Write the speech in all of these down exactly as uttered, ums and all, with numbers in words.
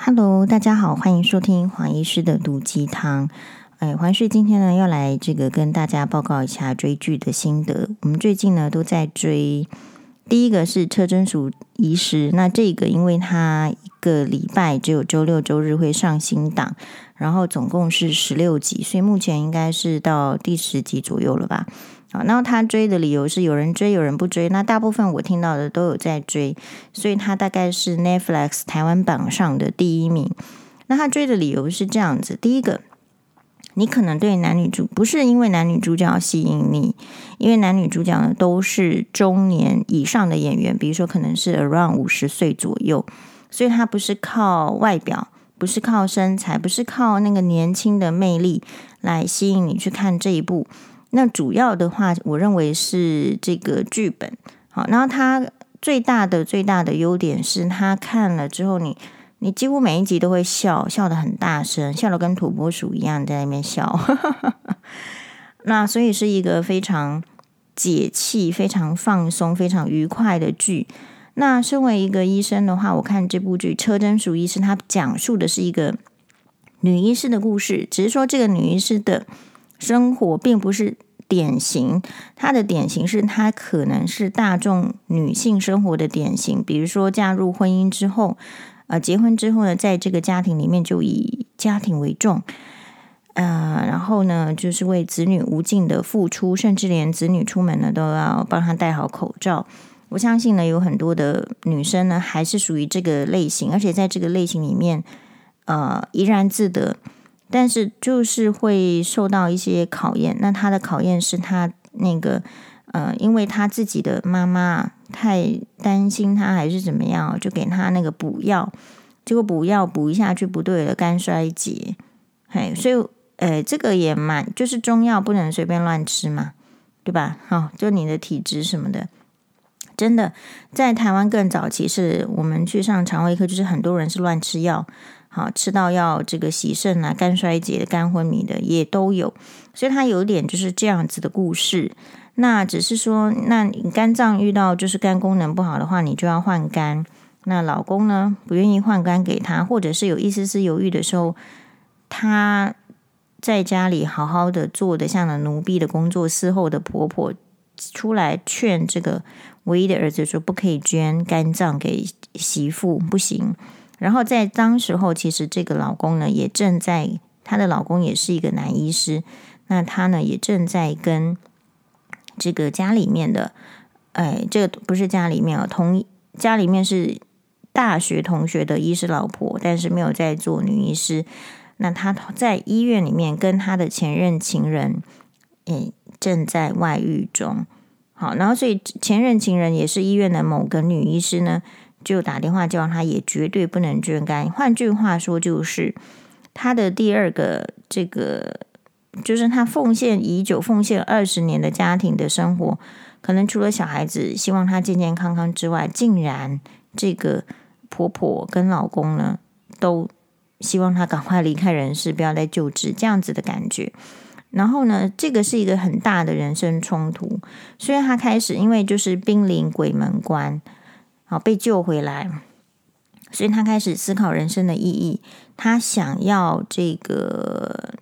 Hello， 大家好，欢迎收听黄医师的毒鸡汤。哎，黄医师今天呢要来这个跟大家报告一下追剧的心得。我们最近呢都在追，第一个是车真淑医师，那这个因为他一个礼拜只有周六周日会上新档，然后总共是十六集，所以目前应该是到第十集左右了吧。好，然后他追的理由是有人追有人不追，那大部分我听到的都有在追，所以他大概是 Netflix 台湾榜上的第一名。那他追的理由是这样子，第一个，你可能对男女主不是因为男女主角吸引你，因为男女主角呢都是中年以上的演员，比如说可能是 around 五十岁左右，所以他不是靠外表，不是靠身材，不是靠那个年轻的魅力来吸引你去看这一部。那主要的话我认为是这个剧本。好，然后它最大的最大的优点是它看了之后你你几乎每一集都会笑，笑得很大声，笑得跟土拨鼠一样在那边笑那所以是一个非常解气非常放松非常愉快的剧。那身为一个医生的话，我看这部剧车真淑医师，他讲述的是一个女医师的故事，只是说这个女医师的生活并不是典型，她的典型是她可能是大众女性生活的典型，比如说嫁入婚姻之后，呃，结婚之后呢，在这个家庭里面就以家庭为重，呃，然后呢，就是为子女无尽的付出，甚至连子女出门呢都要帮他戴好口罩。我相信呢，有很多的女生呢还是属于这个类型，而且在这个类型里面，呃，怡然自得。但是就是会受到一些考验，那他的考验是他那个呃，因为他自己的妈妈太担心他还是怎么样，就给他那个补药，结果补药补一下去不对了，肝衰竭。嘿，所以呃，这个也蛮，就是中药不能随便乱吃嘛，对吧？好，就你的体质什么的。真的在台湾更早期是我们去上肠胃科，就是很多人是乱吃药，好，吃到要这个洗肾啊、肝衰竭的、肝昏迷的也都有，所以它有点就是这样子的故事。那只是说，那你肝脏遇到就是肝功能不好的话，你就要换肝。那老公呢不愿意换肝给他，或者是有一丝丝犹豫的时候，他在家里好好的做的像奴婢的工作，伺候的婆婆出来劝这个唯一的儿子说不可以捐肝脏给媳妇，不行。然后在当时候，其实这个老公呢也正在，她的老公也是一个男医师，那他呢也正在跟这个家里面的，哎，这个不是家里面哦，同家里面是大学同学的医师老婆，但是没有在做女医师。那他在医院里面跟他的前任情人，哎，正在外遇中。好，然后所以前任情人也是医院的某个女医师呢，就打电话叫他也绝对不能捐肝。换句话说，就是他的第二个这个，就是他奉献已久、奉献二十年的家庭的生活，可能除了小孩子希望他健健康康之外，竟然这个婆婆跟老公呢，都希望他赶快离开人世，不要再救治，这样子的感觉。然后呢，这个是一个很大的人生冲突，所以他开始因为就是濒临鬼门关，好被救回来，所以他开始思考人生的意义。他想要这个，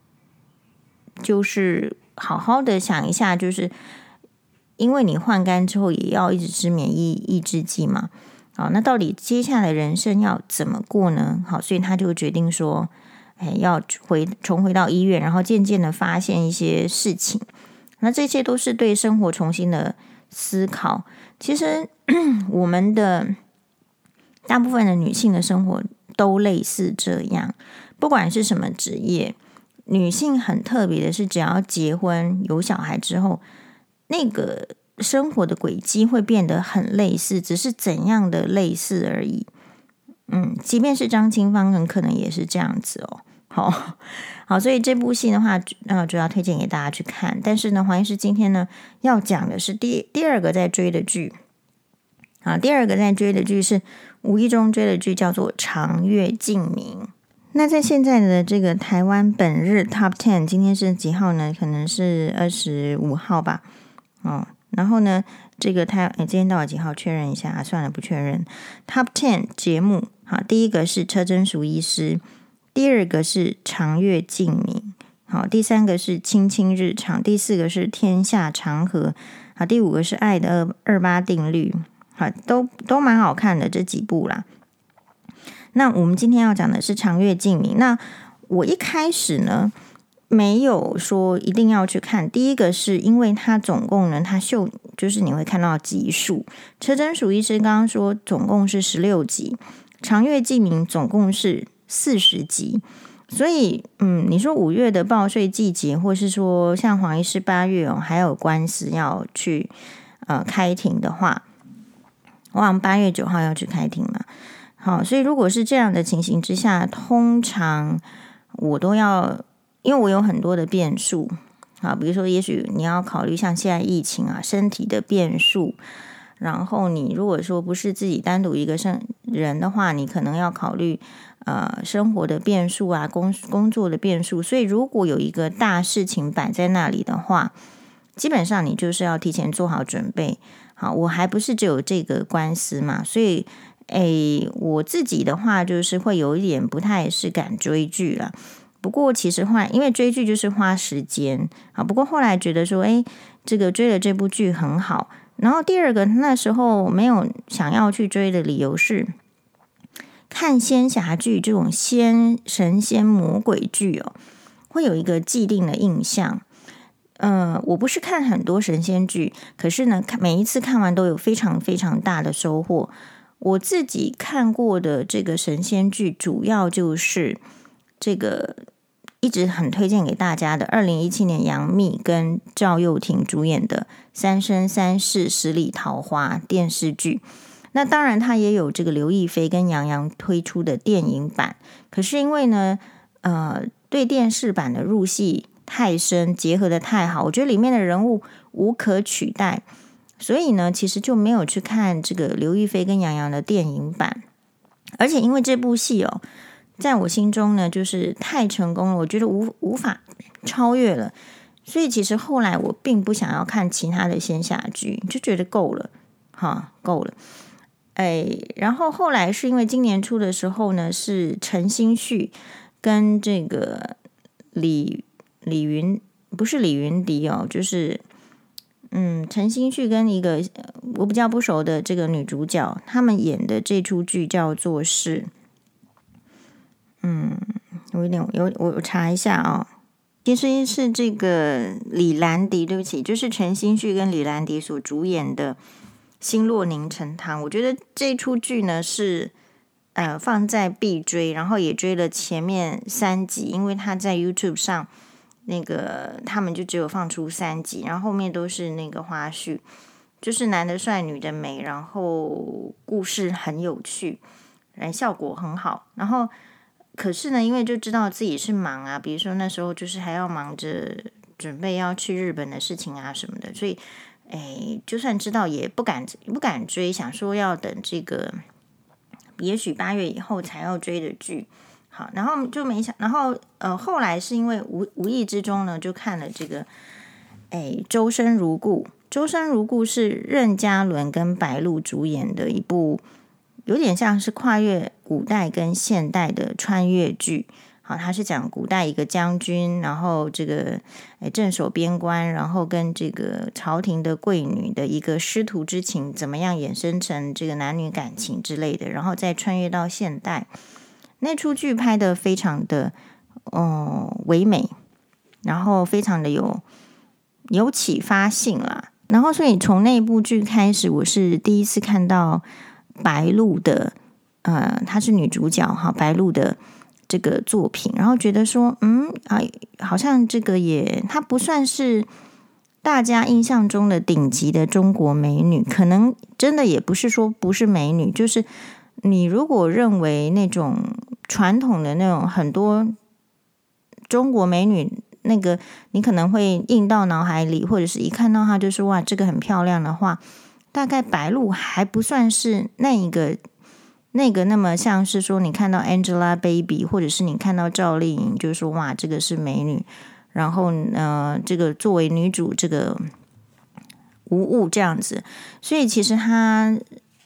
就是好好的想一下，就是因为你换肝之后也要一直吃免疫抑制剂嘛，好，那到底接下来人生要怎么过呢？好，所以他就决定说，哎，要回重回到医院，然后渐渐的发现一些事情。那这些都是对生活重新的思考。其实我们的大部分的女性的生活都类似这样，不管是什么职业，女性很特别的是，只要结婚有小孩之后，那个生活的轨迹会变得很类似，只是怎样的类似而已。嗯，即便是张清芳，很可能也是这样子哦。好，好，所以这部戏的话，呃，主要推荐给大家去看。但是呢，黄医师今天呢要讲的是第第二个在追的剧。好，第二个在追的剧是无意中追的剧，叫做《长月烬明》。那在现在的这个台湾本日 Top Ten， 今天是几号呢？可能是二十五号吧。哦，然后呢，这个台，哎，今天到底几号？确认一下啊，算了，不确认。Top Ten 节目好，第一个是车真淑医师，第二个是长月烬明，好，第三个是青青日常，第四个是天下长河，好，第五个是爱的二八定律，好，都都蛮好看的这几部啦。那我们今天要讲的是长月烬明。那我一开始呢没有说一定要去看，第一个是因为它总共呢，它秀就是你会看到集数，车真淑医师刚刚说总共是十六集，长月烬明总共是四十集，所以嗯，你说五月的报税季节，或是说像黄医师八月哦，还有官司要去呃开庭的话，我好像八月九号要去开庭嘛。好，所以如果是这样的情形之下，通常我都要，因为我有很多的变数啊，比如说也许你要考虑像现在疫情啊，身体的变数，然后你如果说不是自己单独一个人的话，你可能要考虑呃生活的变数啊，工工作的变数，所以如果有一个大事情摆在那里的话，基本上你就是要提前做好准备。好，我还不是只有这个官司嘛，所以诶，我自己的话就是会有一点不太是敢追剧了。不过其实后来因为追剧就是花时间啊，不过后来觉得说，诶，这个追了这部剧很好。然后第二个那时候没有想要去追的理由是，看仙侠剧这种仙神仙魔鬼剧哦，会有一个既定的印象。呃，我不是看很多神仙剧，可是呢，每一次看完都有非常非常大的收获。我自己看过的这个神仙剧，主要就是这个一直很推荐给大家的二零一七年杨幂跟赵又廷主演的《三生三世十里桃花》电视剧。那当然它也有这个刘亦菲跟杨洋推出的电影版，可是因为呢呃，对电视版的入戏太深，结合的太好，我觉得里面的人物无可取代，所以呢其实就没有去看这个刘亦菲跟杨洋的电影版。而且因为这部戏哦，在我心中呢就是太成功了，我觉得无无法超越了，所以其实后来我并不想要看其他的仙侠剧，就觉得够了哈，够了。哎，然后后来是因为今年初的时候呢，是陈星旭跟这个李李云不是李云迪哦，就是嗯陈星旭跟一个我比较不熟的这个女主角，他们演的这出剧叫做是嗯，我有点有我查一下啊、哦，其实是这个李兰迪，对不起，就是陈星旭跟李兰迪所主演的《星落凝成汤》。我觉得这出剧呢是呃放在必追，然后也追了前面三集，因为他在 YouTube 上那个他们就只有放出三集，然后后面都是那个花絮，就是男的帅，女的美，然后故事很有趣，效果很好，然后。可是呢，因为就知道自己是忙啊，比如说那时候就是还要忙着准备要去日本的事情啊什么的，所以，哎，就算知道也不敢不敢追，想说要等这个，也许八月以后才要追的剧。好，然后就没想，然后呃，后来是因为无无意之中呢，就看了这个，哎，周生如故。周生如故是任嘉伦跟白鹿主演的一部。有点像是跨越古代跟现代的穿越剧。好，它是讲古代一个将军，然后这个诶镇守边关，然后跟这个朝廷的贵女的一个师徒之情怎么样衍生成这个男女感情之类的，然后再穿越到现代。那出剧拍得非常的哦唯美，然后非常的有有启发性啦。然后所以从那部剧开始，我是第一次看到白鹿的呃，她是女主角哈，白鹿的这个作品，然后觉得说，嗯啊，好像这个也，她不算是大家印象中的顶级的中国美女，可能真的也不是说不是美女，就是你如果认为那种传统的那种很多中国美女，那个你可能会印到脑海里，或者是一看到她就是哇，这个很漂亮的话。大概白鹿还不算是那一个那个那么像是说你看到 Angelababy 或者是你看到赵丽颖，就是说哇这个是美女，然后呃这个作为女主这个无误这样子，所以其实她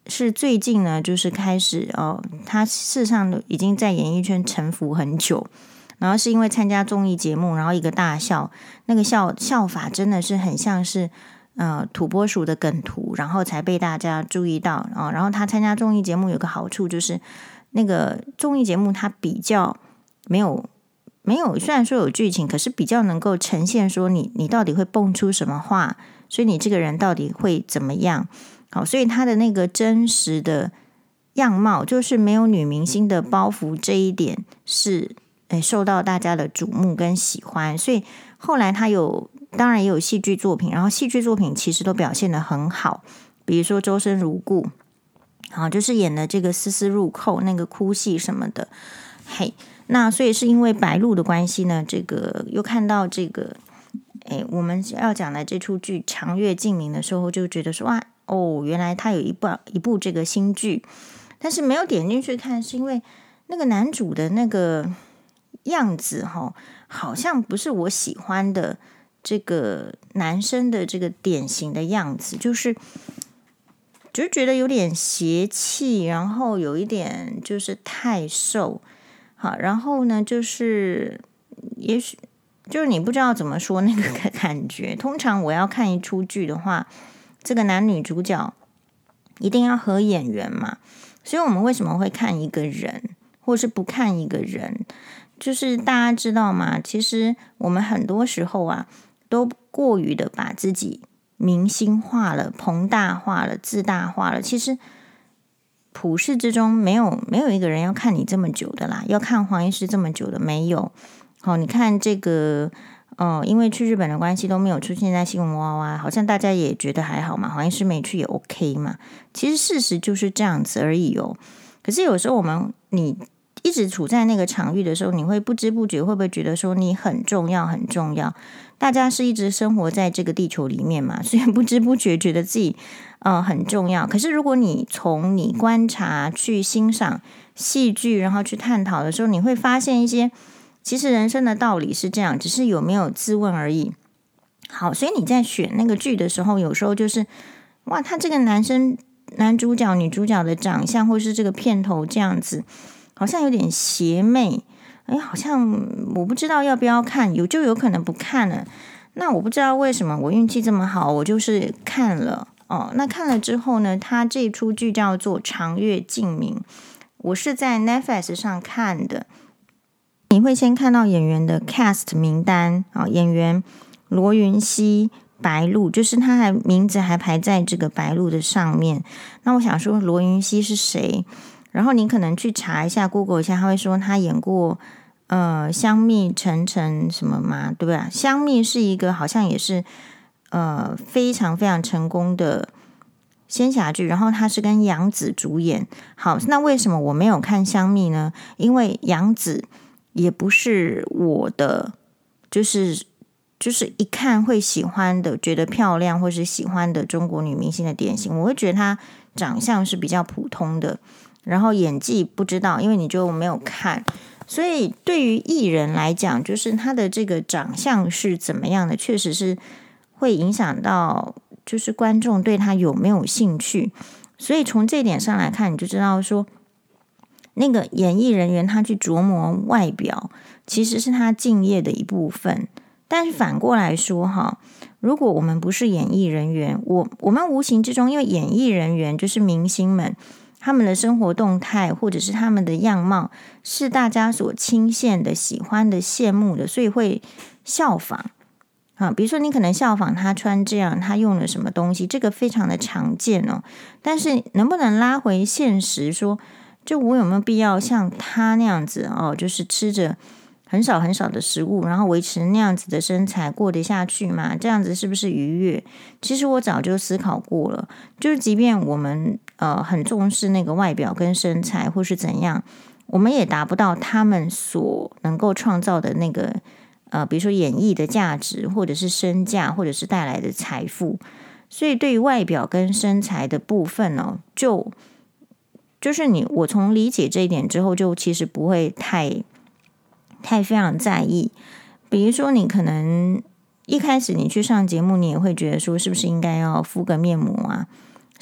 是最近呢，就是开始哦，他事实上已经在演艺圈沉浮很久，然后是因为参加综艺节目，然后一个大笑，那个笑笑法真的是很像是呃土拨鼠的梗图，然后才被大家注意到啊、哦。然后他参加综艺节目有个好处就是，那个综艺节目它比较没有没有，虽然说有剧情，可是比较能够呈现说你你到底会蹦出什么话，所以你这个人到底会怎么样。好，所以他的那个真实的样貌，就是没有女明星的包袱，这一点是诶受到大家的瞩目跟喜欢。所以后来他有，当然也有戏剧作品，然后戏剧作品其实都表现得很好，比如说《周生如故》，好，就是演的这个丝丝入扣那个哭戏什么的。嘿，那所以是因为白鹿的关系呢，这个又看到这个，诶，我们要讲的这出剧《长月烬明》的时候，就觉得说哇。哦，原来他有一部一部这个新剧，但是没有点进去看，是因为那个男主的那个样子哈、哦，好像不是我喜欢的这个男生的这个典型的样子，就是就觉得有点邪气，然后有一点就是太瘦，好，然后呢，就是也许就是你不知道怎么说那个感觉。通常我要看一出剧的话。这个男女主角一定要合演员嘛，所以我们为什么会看一个人，或是不看一个人？就是大家知道吗？其实我们很多时候啊，都过于的把自己明星化了、膨大化了、自大化了。其实普世之中没有没有一个人要看你这么久的啦，要看黄医师这么久的没有。好，你看这个。哦，因为去日本的关系都没有出现在新闻娃娃，好像大家也觉得还好嘛，黄医师没去也 OK 嘛。其实事实就是这样子而已哦。可是有时候我们你一直处在那个场域的时候，你会不知不觉会不会觉得说你很重要很重要？大家是一直生活在这个地球里面嘛，所以不知不觉觉得自己呃很重要。可是如果你从你观察去欣赏戏剧，然后去探讨的时候，你会发现一些。其实人生的道理是这样，只是有没有自问而已。好，所以你在选那个剧的时候，有时候就是哇，他这个男生、男主角、女主角的长相，或是这个片头这样子，好像有点邪魅。哎，好像我不知道要不要看，有就有可能不看了。那我不知道为什么我运气这么好，我就是看了哦。那看了之后呢，他这出剧叫做《长月烬明》，我是在 Netflix 上看的。你会先看到演员的 cast 名单啊，演员罗云熙、白鹿，就是他还名字还排在这个白鹿的上面。那我想说罗云熙是谁？然后你可能去查一下 Google 一下，他会说他演过呃香蜜沉沉什么嘛，对不对？香蜜是一个好像也是呃非常非常成功的仙侠剧，然后他是跟杨紫主演。好，那为什么我没有看香蜜呢？因为杨紫也不是我的，就是就是一看会喜欢的，觉得漂亮或是喜欢的中国女明星的典型。我会觉得她长相是比较普通的，然后演技不知道，因为你就没有看。所以对于艺人来讲，就是他的这个长相是怎么样的，确实是会影响到就是观众对他有没有兴趣。所以从这点上来看，你就知道说那个演艺人员他去琢磨外表，其实是他敬业的一部分。但是反过来说哈，如果我们不是演艺人员，我我们无形之中，因为演艺人员就是明星们，他们的生活动态或者是他们的样貌是大家所倾羡的、喜欢的、羡慕的，所以会效仿啊。比如说你可能效仿他穿这样，他用了什么东西，这个非常的常见哦。但是能不能拉回现实说，就我有没有必要像他那样子哦，就是吃着很少很少的食物，然后维持那样子的身材过得下去嘛？这样子是不是愉悦？其实我早就思考过了，就是即便我们呃很重视那个外表跟身材或是怎样，我们也达不到他们所能够创造的那个呃，比如说演艺的价值，或者是身价，或者是带来的财富。所以对于外表跟身材的部分呢、哦，就就是你我从理解这一点之后，就其实不会太太非常在意。比如说你可能一开始你去上节目，你也会觉得说是不是应该要敷个面膜啊，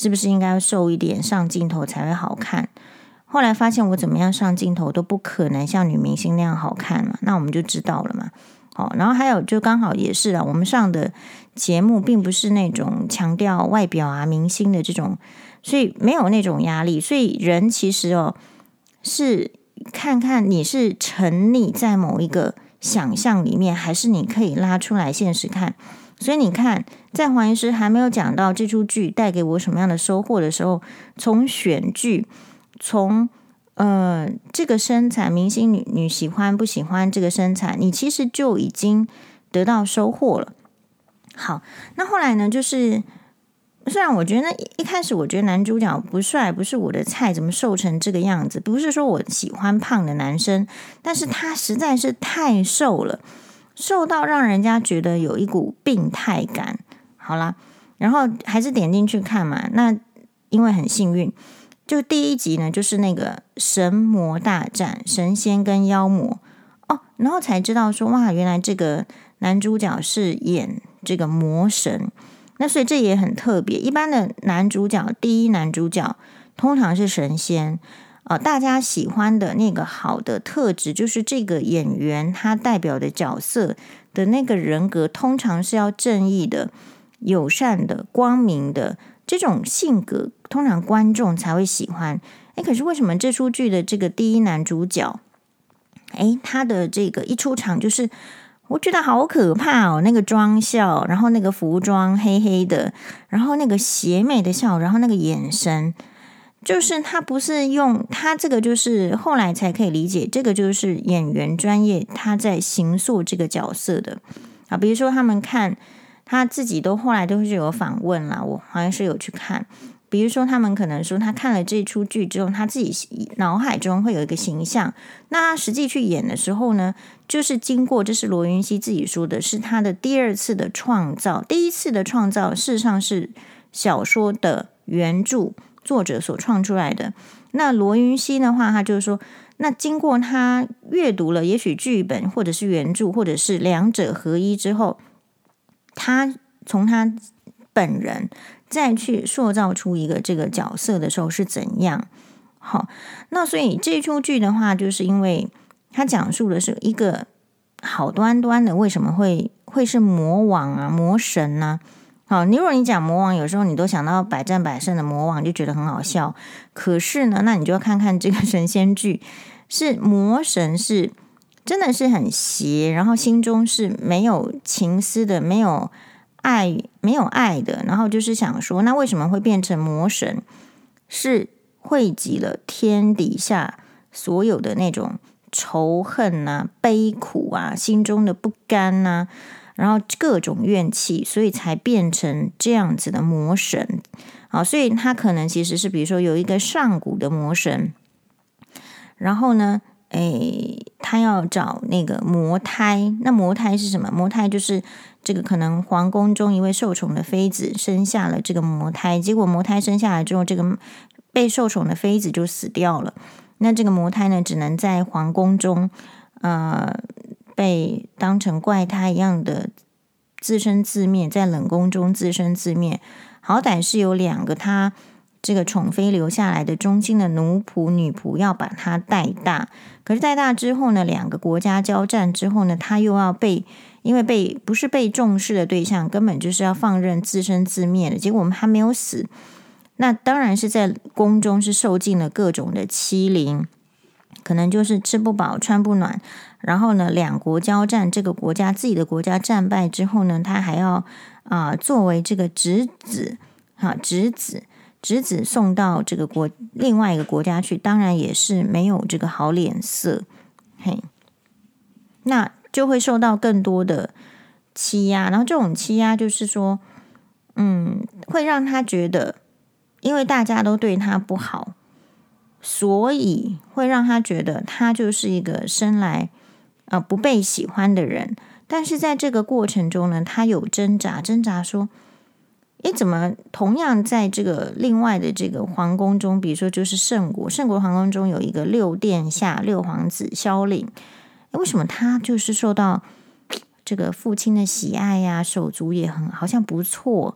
是不是应该瘦一点上镜头才会好看？后来发现我怎么样上镜头都不可能像女明星那样好看嘛，那我们就知道了嘛。好，然后还有就刚好也是啊，我们上的节目并不是那种强调外表啊明星的这种，所以没有那种压力。所以人其实哦是看看你是沉溺在某一个想象里面，还是你可以拉出来现实看。所以你看，在黄医师还没有讲到这出剧带给我什么样的收获的时候，从选剧，从呃这个身材，明星女女喜欢不喜欢这个身材，你其实就已经得到收获了。好，那后来呢，就是虽然我觉得一一开始我觉得男主角不帅，不是我的菜，怎么瘦成这个样子？不是说我喜欢胖的男生，但是他实在是太瘦了。瘦到让人家觉得有一股病态感。好啦，然后还是点进去看嘛。那因为很幸运，就第一集呢，就是那个神魔大战，神仙跟妖魔哦，然后才知道说哇，原来这个男主角是演这个魔神。那所以这也很特别。一般的男主角，第一男主角通常是神仙。呃，大家喜欢的那个好的特质，就是这个演员他代表的角色的那个人格，通常是要正义的、友善的、光明的这种性格，通常观众才会喜欢。哎，可是为什么这出剧的这个第一男主角，哎，他的这个一出场就是，我觉得好可怕哦，那个妆效，然后那个服装黑黑的，然后那个邪魅的笑，然后那个眼神。就是他不是用他这个，就是后来才可以理解，这个就是演员专业他在形塑这个角色的啊。比如说他们看他自己都后来都是有访问啦，我好像是有去看。比如说他们可能说他看了这出剧之后，他自己脑海中会有一个形象，那他实际去演的时候呢，就是经过，这是罗云熙自己说的，是他的第二次的创造，第一次的创造事实上是小说的原著作者所创出来的。那罗云熙的话，他就是说，那经过他阅读了也许剧本或者是原著或者是两者合一之后，他从他本人再去塑造出一个这个角色的时候是怎样。好，那所以这出剧的话，就是因为他讲述的是一个好端端的为什么会会是魔王啊魔神呢、啊？好，你如果你讲魔王，有时候你都想到百战百胜的魔王，就觉得很好笑。可是呢，那你就要看看这个神仙剧，是魔神是真的是很邪，然后心中是没有情思的，没有爱，没有爱的。然后就是想说，那为什么会变成魔神？是汇集了天底下所有的那种仇恨啊、悲苦啊、心中的不甘啊。然后各种怨气，所以才变成这样子的魔神。好，所以他可能其实是比如说有一个上古的魔神，然后呢，诶，他要找那个魔胎。那魔胎是什么？魔胎就是这个可能皇宫中一位受宠的妃子生下了这个魔胎，结果魔胎生下来之后，这个被受宠的妃子就死掉了。那这个魔胎呢，只能在皇宫中，呃。被当成怪胎一样的自生自灭，在冷宫中自生自灭。好歹是有两个他这个宠妃留下来的忠心的奴仆女仆要把他带大，可是带大之后呢，两个国家交战之后呢，他又要被因为被不是被重视的对象，根本就是要放任自生自灭的。结果我们还没有死，那当然是在宫中是受尽了各种的欺凌，可能就是吃不饱穿不暖。然后呢，两国交战，这个国家自己的国家战败之后呢，他还要啊、呃、作为这个侄子啊侄子侄子送到这个国另外一个国家去，当然也是没有这个好脸色，嘿，那就会受到更多的欺压。然后这种欺压就是说，嗯，会让他觉得，因为大家都对他不好，所以会让他觉得他就是一个生来呃，不被喜欢的人。但是在这个过程中呢，他有挣扎，挣扎说，诶，怎么同样在这个另外的这个皇宫中，比如说就是圣国，圣国皇宫中有一个六殿下、六皇子萧令，为什么他就是受到这个父亲的喜爱呀、手足也很好像不错，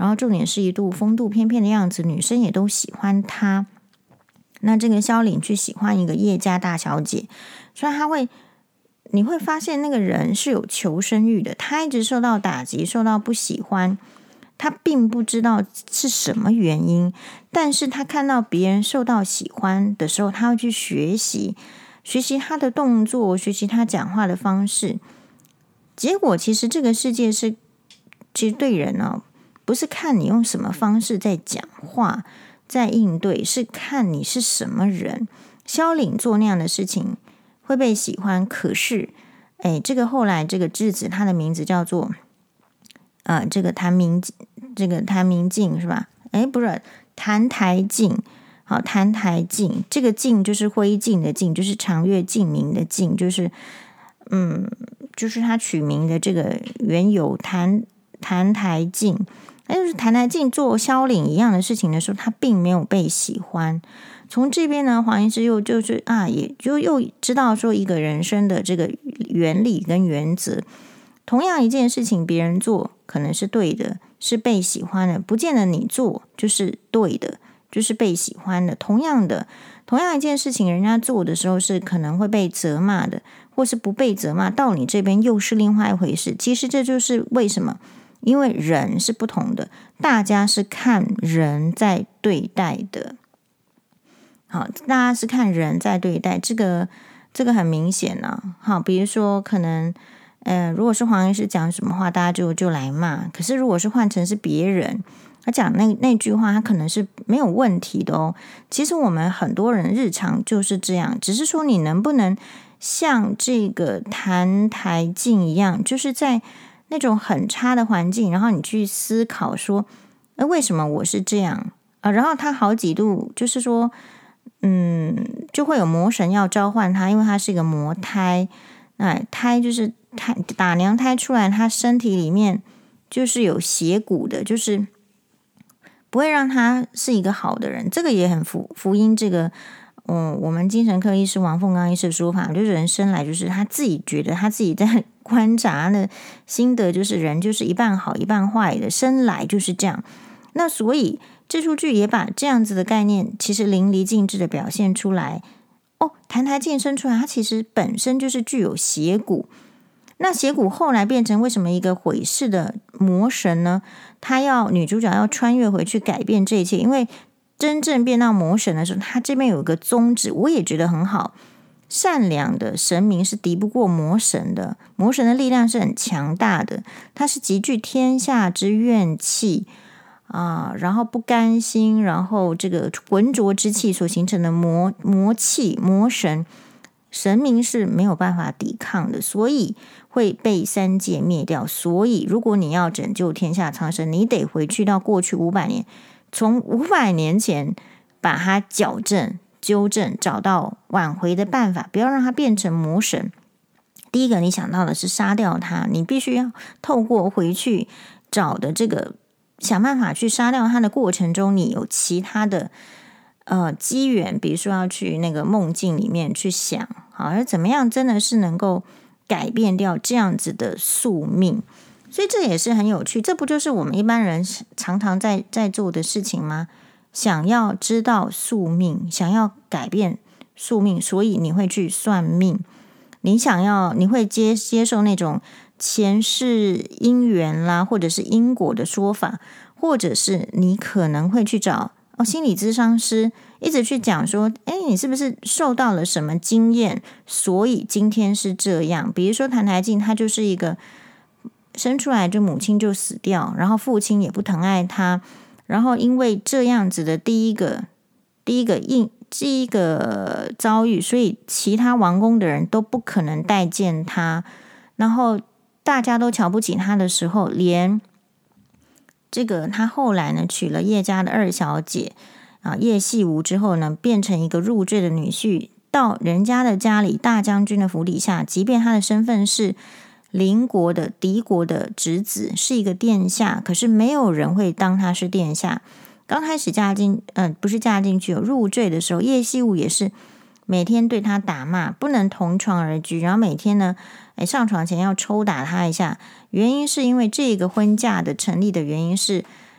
然后重点是一度风度翩翩的样子，女生也都喜欢他。那这个萧岭去喜欢一个叶家大小姐，所以他会，你会发现那个人是有求生欲的，他一直受到打击，受到不喜欢，他并不知道是什么原因，但是他看到别人受到喜欢的时候，他会去学习，学习他的动作，学习他讲话的方式。结果其实这个世界是，其实对人哦，不是看你用什么方式在讲话，在应对，是看你是什么人。萧岭做那样的事情会被喜欢，可是，哎，这个后来这个质子，他的名字叫做，呃，这个谭明，这个谭明镜是吧？哎，不是谭台镜，好，谭台镜，这个镜就是灰烬的烬，就是长月烬明的烬，就是嗯，就是他取名的这个缘由，谭谭台镜。那就是谭台镜做萧岭一样的事情的时候，他并没有被喜欢。从这边呢，黄医师又就是啊，也就又知道说一个人生的这个原理跟原则。同样一件事情，别人做可能是对的，是被喜欢的，不见得你做就是对的，就是被喜欢的。同样的，同样一件事情，人家做的时候是可能会被责骂的，或是不被责骂，到你这边又是另外一回事。其实这就是为什么。因为人是不同的，大家是看人在对待的。好，大家是看人在对待，这个这个很明显啊。好，比如说可能，呃，如果是黄医师讲什么话，大家就就来骂。可是如果是换成是别人，他讲那那句话，他可能是没有问题的哦。其实我们很多人日常就是这样，只是说你能不能像这个谭台镜一样，就是在那种很差的环境，然后你去思考说，呃，为什么我是这样啊？然后他好几度就是说，嗯，就会有魔神要召唤他，因为他是一个魔胎，哎，胎就是胎打娘胎出来，他身体里面就是有邪骨的，就是不会让他是一个好的人。这个也很福福音这个。嗯，我们精神科医师王凤刚医师的说法，就是人生来就是他自己觉得他自己在观察的心得，就是人就是一半好一半坏的，生来就是这样。那所以这出剧也把这样子的概念其实淋漓尽致的表现出来。哦，谭台镜生出来，它其实本身就是具有邪骨。那邪骨后来变成为什么一个毁世的魔神呢？他要女主角要穿越回去改变这一切，因为真正变到魔神的时候，他这边有一个宗旨，我也觉得很好。善良的神明是敌不过魔神的，魔神的力量是很强大的，他是极具天下之怨气啊，然后不甘心，然后这个浑浊之气所形成的魔魔气魔神，神明是没有办法抵抗的，所以会被三界灭掉。所以如果你要拯救天下苍生，你得回去到过去五百年。从五百年前把它矫正、纠正，找到挽回的办法，不要让它变成魔神。第一个，你想到的是杀掉它，你必须要透过回去找的这个想办法去杀掉它的过程中，你有其他的呃机缘，比如说要去那个梦境里面去想，好，而怎么样真的是能够改变掉这样子的宿命。所以这也是很有趣，这不就是我们一般人常常在在做的事情吗？想要知道宿命，想要改变宿命，所以你会去算命。你想要，你会接接受那种前世因缘啦，或者是因果的说法，或者是你可能会去找哦心理咨商师，一直去讲说，哎，你是不是受到了什么经验，所以今天是这样？比如说谭台镜，他就是一个。生出来就母亲就死掉，然后父亲也不疼爱他，然后因为这样子的第一个第一个应第一个遭遇，所以其他王宫的人都不可能待见他，然后大家都瞧不起他的时候，连这个他后来呢娶了叶家的二小姐啊叶细无之后呢，变成一个入赘的女婿，到人家的家里大将军的府底下，即便他的身份是邻国的敌国的侄子，是一个殿下，可是没有人会当他是殿下。刚开始嫁进，呃，不是嫁进去，有入赘的时候，叶细无也是每天对他打骂，不能同床而居，然后每天呢，哎，上床前要抽打他一下。原因是因为这个婚嫁的成立的原因是，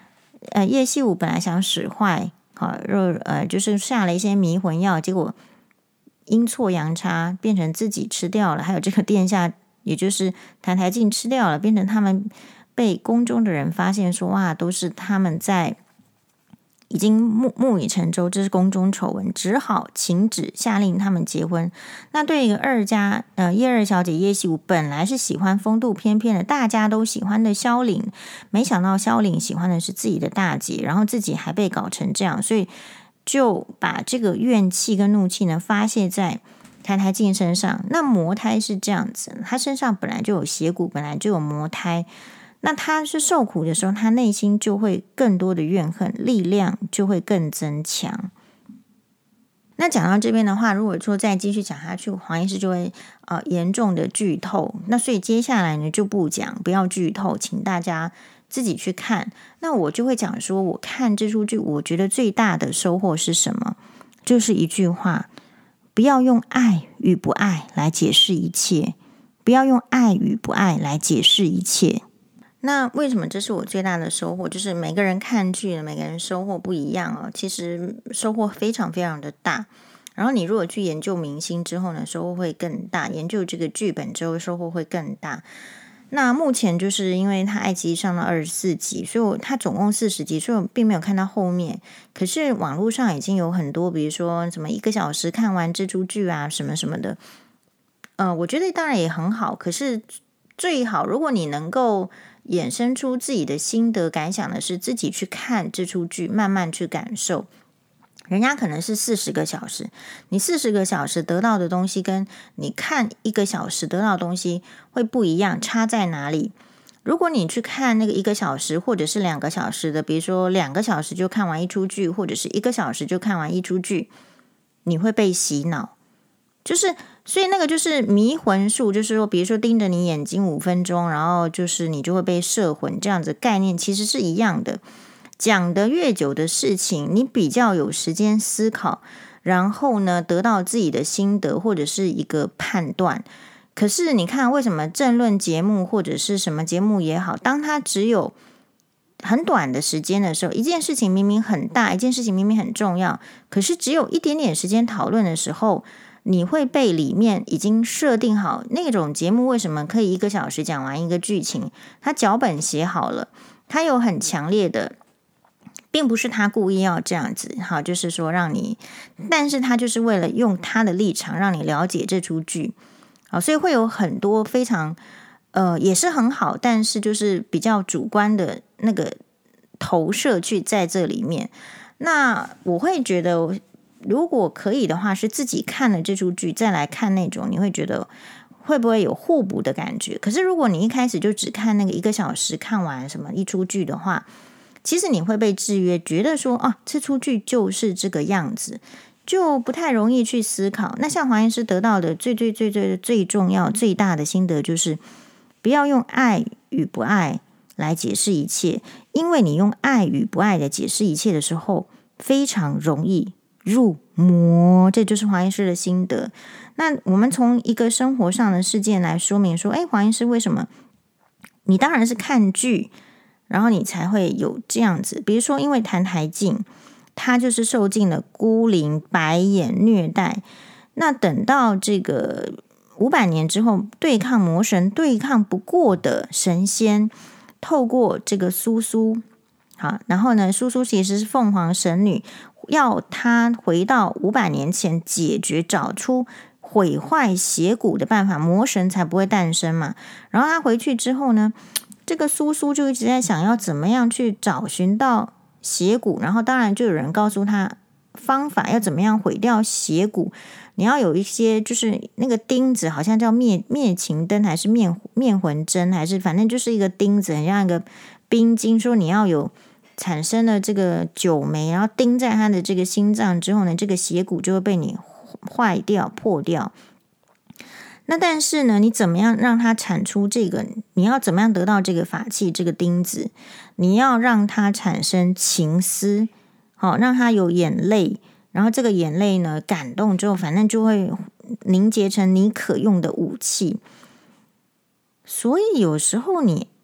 呃叶细武本来想使坏，好，呃就是下了一些迷魂药，结果阴错阳差变成自己吃掉了，还有这个殿下，也就是澹台烬吃掉了，变成他们被宫中的人发现说，哇，都是他们在已经木木已成舟，这是宫中丑闻，只好请旨下令他们结婚。那对一个二家呃叶二小姐叶细武本来是喜欢风度翩翩的，大家都喜欢的萧凛，没想到萧凛喜欢的是自己的大姐，然后自己还被搞成这样，所以就把这个怨气跟怒气呢发泄在澹台烬身上。那魔胎是这样子，他身上本来就有邪骨，本来就有魔胎，那他是受苦的时候，他内心就会更多的怨恨，力量就会更增强。那讲到这边的话，如果说再继续讲下去，黄医师就会呃严重的剧透。那所以接下来呢就不讲，不要剧透，请大家自己去看。那我就会讲说，我看这出剧，我觉得最大的收获是什么？就是一句话：不要用爱与不爱来解释一切，不要用爱与不爱来解释一切。那为什么这是我最大的收获？就是每个人看剧，每个人收获不一样哦。其实收获非常非常的大。然后你如果去研究明星之后呢，收获会更大；研究这个剧本之后，收获会更大。那目前就是因为他爱奇艺上到二十四集，所以我他总共四十集，所以我并没有看到后面。可是网络上已经有很多，比如说什么一个小时看完这出剧啊，什么什么的。呃，我觉得当然也很好，可是最好如果你能够衍生出自己的心得感想的是自己去看这出剧，慢慢去感受。人家可能是四十个小时，你四十个小时得到的东西跟你看一个小时得到的东西会不一样，差在哪里？如果你去看那个一个小时或者是两个小时的，比如说两个小时就看完一出剧，或者是一个小时就看完一出剧，你会被洗脑。就是所以那个就是迷魂术，就是说比如说盯着你眼睛五分钟，然后就是你就会被摄魂，这样子概念其实是一样的。讲得越久的事情，你比较有时间思考，然后呢得到自己的心得或者是一个判断。可是你看为什么政论节目或者是什么节目也好，当它只有很短的时间的时候，一件事情明明很大，一件事情明明很重要，可是只有一点点时间讨论的时候，你会被里面已经设定好那种节目为什么可以一个小时讲完一个剧情，他脚本写好了，他有很强烈的，并不是他故意要这样子，好，就是说让你，但是他就是为了用他的立场让你了解这出剧，好，所以会有很多非常呃也是很好，但是就是比较主观的那个投射去在这里面。那我会觉得如果可以的话，是自己看了这出剧再来看那种，你会觉得会不会有互补的感觉？可是如果你一开始就只看那个一个小时看完什么一出剧的话，其实你会被制约，觉得说啊，这出剧就是这个样子，就不太容易去思考。那像黄医师得到的最最最最最重要最大的心得就是，不要用爱与不爱来解释一切，因为你用爱与不爱的解释一切的时候，非常容易入魔，这就是黄医师的心得。那我们从一个生活上的事件来说明说，哎，黄医师为什么？你当然是看剧，然后你才会有这样子。比如说，因为澹台烬，他就是受尽了孤凌、白眼、虐待。那等到这个五百年之后，对抗魔神、对抗不过的神仙，透过这个苏苏，好，然后呢，苏苏其实是凤凰神女。要他回到五百年前解决找出毁坏邪骨的办法，魔神才不会诞生嘛。然后他回去之后呢，这个苏苏就一直在想要怎么样去找寻到邪骨，然后当然就有人告诉他方法要怎么样毁掉邪骨。你要有一些就是那个钉子，好像叫灭灭情灯还是灭灭魂针，还是反正就是一个钉子，很像一个冰晶，说你要有产生了这个九枚，然后钉在他的这个心脏之后呢，这个血骨就会被你坏掉破掉。那但是呢，你怎么样让它产出这个？你要怎么样得到这个法器这个钉子？你要让它产生情思，好，让它有眼泪，然后这个眼泪呢感动之后，反正就会凝结成你可用的武器。所以有时候你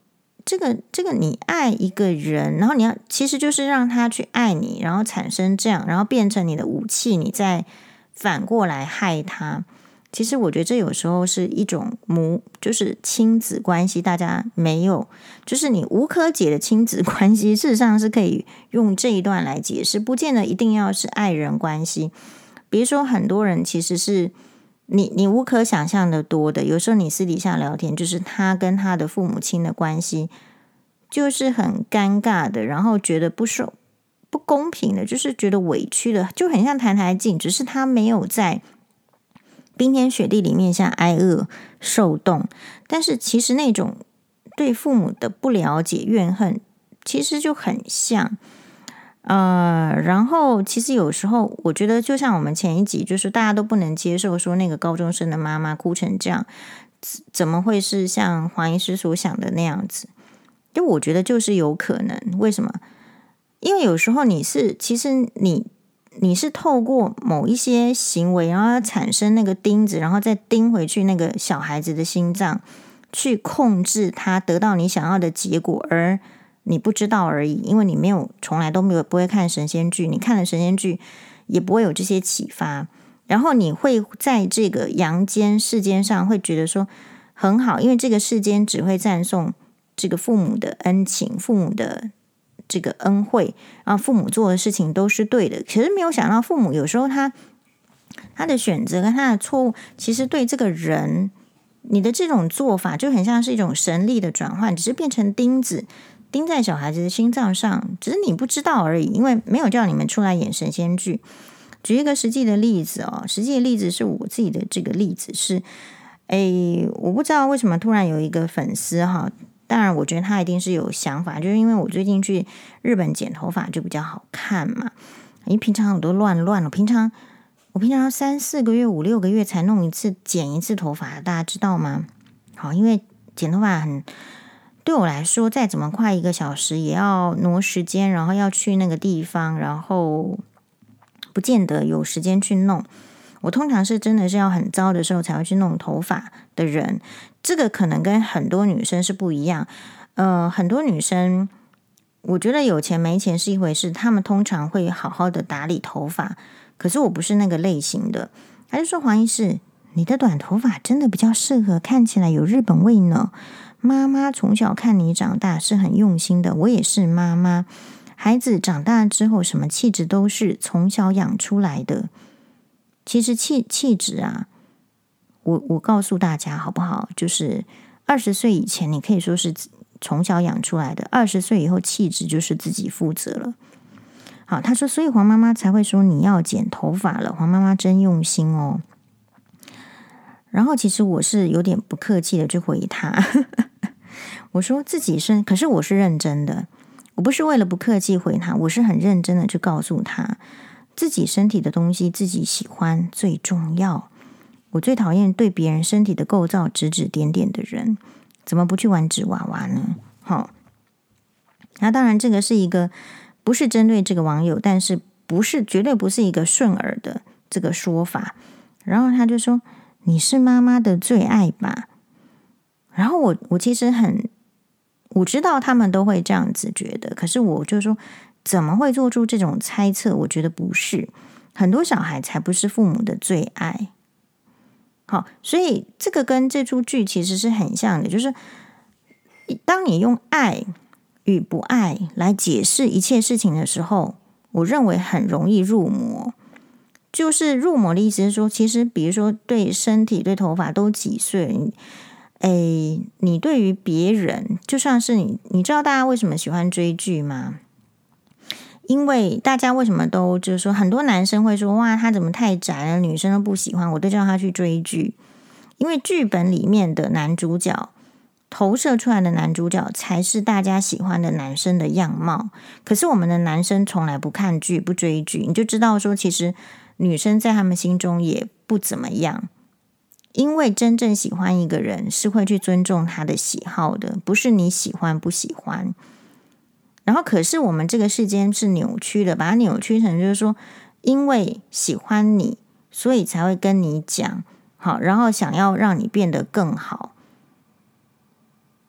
这个这个你爱一个人，然后你要其实就是让他去爱你，然后产生这样，然后变成你的武器，你再反过来害他。其实我觉得这有时候是一种母，就是亲子关系，大家没有，就是你无可解的亲子关系，事实上是可以用这一段来解释，不见得一定要是爱人关系。比如说很多人其实是你你无可想象的多的，有时候你私底下聊天，就是他跟他的父母亲的关系就是很尴尬的，然后觉得不受不公平的，就是觉得委屈的，就很像台台镜，只是他没有在冰天雪地里面像挨饿受冻，但是其实那种对父母的不了解怨恨其实就很像。呃，然后其实有时候我觉得就像我们前一集就是大家都不能接受说那个高中生的妈妈哭成这样，怎么会是像黄医师所想的那样子，就我觉得就是有可能。为什么？因为有时候你是其实你你是透过某一些行为，然后产生那个钉子，然后再钉回去那个小孩子的心脏，去控制他得到你想要的结果，而你不知道而已。因为你没有从来都没有不会看神仙剧，你看了神仙剧也不会有这些启发，然后你会在这个阳间世间上会觉得说很好，因为这个世间只会赞颂这个父母的恩情，父母的这个恩惠，然后父母做的事情都是对的。可是没有想到父母有时候他他的选择跟他的错误，其实对这个人你的这种做法就很像是一种神力的转换，只是变成钉子钉在小孩子的心脏上，只是你不知道而已，因为没有叫你们出来演神仙剧。举一个实际的例子哦，实际的例子是我自己的这个例子是，诶，我不知道为什么突然有一个粉丝哈，当然我觉得他一定是有想法，就是因为我最近去日本剪头发就比较好看嘛，因为平常我都乱乱了，平常我平常三四个月五六个月才弄一次剪一次头发，大家知道吗？好，因为剪头发很对我来说再怎么快一个小时也要挪时间，然后要去那个地方，然后不见得有时间去弄。我通常是真的是要很糟的时候才会去弄头发的人，这个可能跟很多女生是不一样。呃，很多女生我觉得有钱没钱是一回事，她们通常会好好的打理头发，可是我不是那个类型的。他就说黄医师，你的短头发真的比较适合，看起来有日本味呢。妈妈从小看你长大是很用心的，我也是妈妈，孩子长大之后什么气质都是从小养出来的。其实气气质啊，我我告诉大家好不好，就是二十岁以前你可以说是从小养出来的，二十岁以后气质就是自己负责了。好，他说所以黄妈妈才会说你要剪头发了，黄妈妈真用心哦。然后其实我是有点不客气的去回他我说自己是，可是我是认真的，我不是为了不客气回他，我是很认真的去告诉他自己身体的东西自己喜欢最重要。我最讨厌对别人身体的构造指指点点的人，怎么不去玩纸娃娃呢？好，那当然这个是一个不是针对这个网友，但是不是绝对不是一个顺耳的这个说法。然后他就说你是妈妈的最爱吧。然后我我其实很我知道他们都会这样子觉得，可是我就说怎么会做出这种猜测？我觉得不是，很多小孩才不是父母的最爱。好，所以这个跟这出剧其实是很像的，就是当你用爱与不爱来解释一切事情的时候，我认为很容易入魔。就是入魔的意思是说，其实比如说对身体对头发都几岁，诶，你对于别人，就像是你你知道大家为什么喜欢追剧吗？因为大家为什么都就是说，很多男生会说哇他怎么太宅了，女生都不喜欢，我都叫他去追剧。因为剧本里面的男主角投射出来的男主角才是大家喜欢的男生的样貌，可是我们的男生从来不看剧不追剧，你就知道说其实女生在他们心中也不怎么样。因为真正喜欢一个人是会去尊重他的喜好的，不是你喜欢不喜欢。然后可是我们这个世间是扭曲的，把它扭曲成就是说因为喜欢你所以才会跟你讲好，然后想要让你变得更好。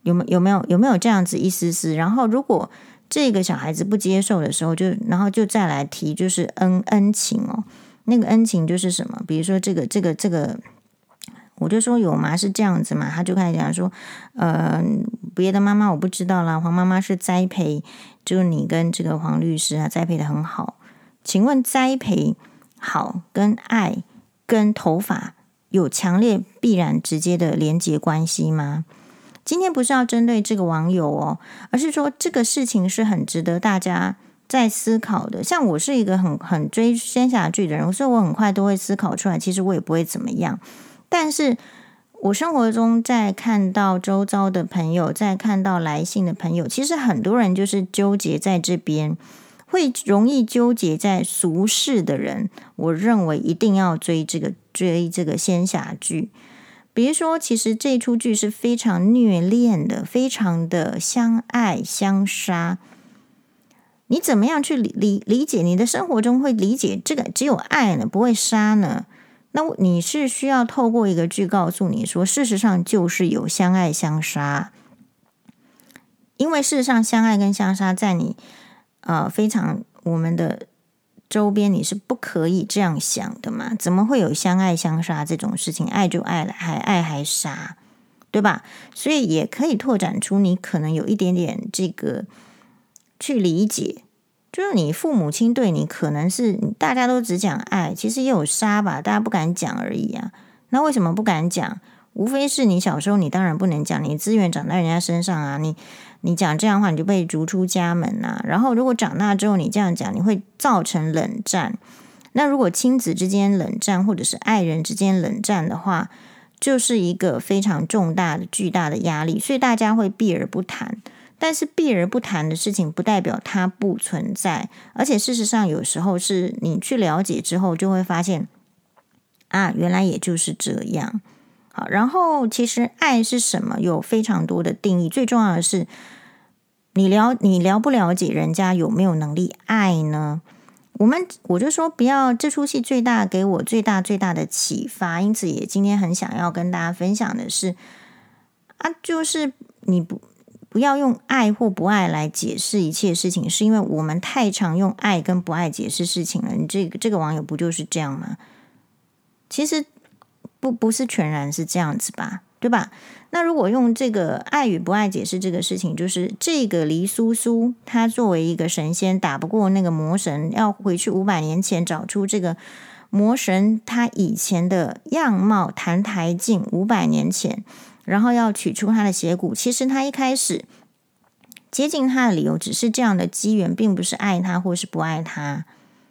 有没有没有有没有这样子一丝丝？然后如果这个小孩子不接受的时候，就然后就再来提就是恩恩情哦。那个恩情就是什么？比如说这个这个这个，我就说有吗？是这样子嘛？他就开始讲说，呃，别的妈妈我不知道啦，黄妈妈是栽培，就是你跟这个黄律师啊栽培的很好。请问栽培好跟爱跟头发有强烈必然直接的连结关系吗？今天不是要针对这个网友哦，而是说这个事情是很值得大家在思考的。像我是一个很很追仙侠剧的人，所以我很快都会思考出来，其实我也不会怎么样。但是我生活中在看到周遭的朋友，在看到来信的朋友，其实很多人就是纠结在这边，会容易纠结在俗世的人，我认为一定要追这个追这个仙侠剧。比如说，其实这出剧是非常虐恋的，非常的相爱相杀。你怎么样去理理解？你的生活中会理解这个只有爱呢，不会杀呢？那你是需要透过一个剧告诉你说，事实上就是有相爱相杀。因为事实上，相爱跟相杀在你呃非常我们的周边你是不可以这样想的嘛？怎么会有相爱相杀这种事情？爱就爱了，还爱还杀，对吧？所以也可以拓展出你可能有一点点这个去理解，就是你父母亲对你可能是大家都只讲爱，其实也有杀吧，大家不敢讲而已啊。那为什么不敢讲？无非是你小时候你当然不能讲，你资源长在人家身上啊，你你讲这样的话你就被逐出家门啊。然后如果长大之后你这样讲，你会造成冷战。那如果亲子之间冷战，或者是爱人之间冷战的话，就是一个非常重大的巨大的压力，所以大家会避而不谈。但是避而不谈的事情不代表它不存在，而且事实上有时候是你去了解之后就会发现啊，原来也就是这样。好，然后其实爱是什么？有非常多的定义，最重要的是你了你了不了解人家有没有能力爱呢？我们我就说不要，这出戏最大给我最大最大的启发，因此也今天很想要跟大家分享的是啊，就是你不不要用爱或不爱来解释一切事情，是因为我们太常用爱跟不爱解释事情了。你这个这个网友不就是这样吗？其实不不是全然是这样子吧，对吧？那如果用这个爱与不爱解释这个事情，就是这个黎苏苏他作为一个神仙打不过那个魔神，要回去五百年前找出这个魔神他以前的样貌，澹台烬五百年前，然后要取出他的血骨。其实他一开始接近他的理由只是这样的机缘，并不是爱他或是不爱他。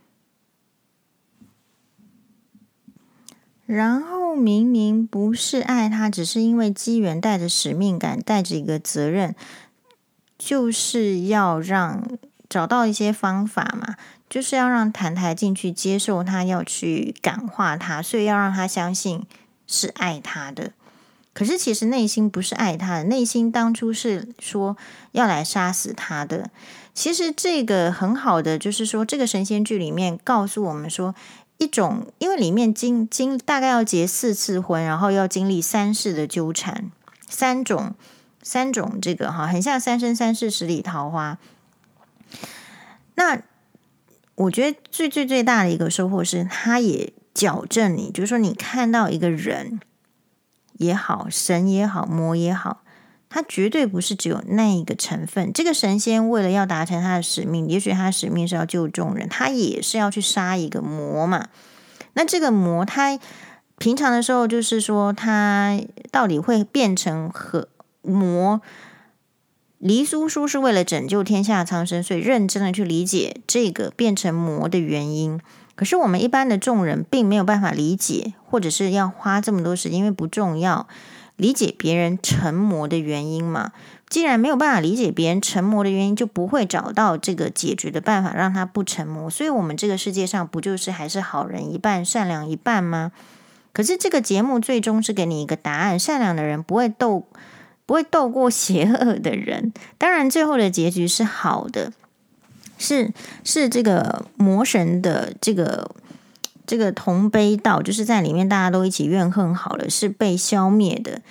然后明明不是爱他，只是因为机缘，带着使命感，带着一个责任，就是要让找到一些方法嘛，就是要让澹台烬去接受他，要去感化他，所以要让他相信是爱他的。可是其实内心不是爱他的，内心当初是说要来杀死他的。其实这个很好的就是说，这个神仙剧里面告诉我们说，一种因为里面经经大概要结四次婚，然后要经历三世的纠缠，三种三种这个哈，很像三生三世十里桃花。那我觉得最最最大的一个收获是，他也矫正你，就是说你看到一个人也好，神也好，魔也好，他绝对不是只有那一个成分。这个神仙为了要达成他的使命，也许他的使命是要救众人，他也是要去杀一个魔嘛。那这个魔他平常的时候就是说他到底会变成和魔，黎苏苏是为了拯救天下苍生，所以认真的去理解这个变成魔的原因。可是我们一般的众人并没有办法理解，或者是要花这么多时间，因为不重要理解别人成魔的原因嘛。既然没有办法理解别人成魔的原因，就不会找到这个解决的办法让他不成魔。所以我们这个世界上不就是还是好人一半，善良一半吗？可是这个节目最终是给你一个答案，善良的人不会斗不会斗过邪恶的人。当然最后的结局是好的，是是这个魔神的这个这个同悲道，就是在里面大家都一起怨恨好了，是被消灭的。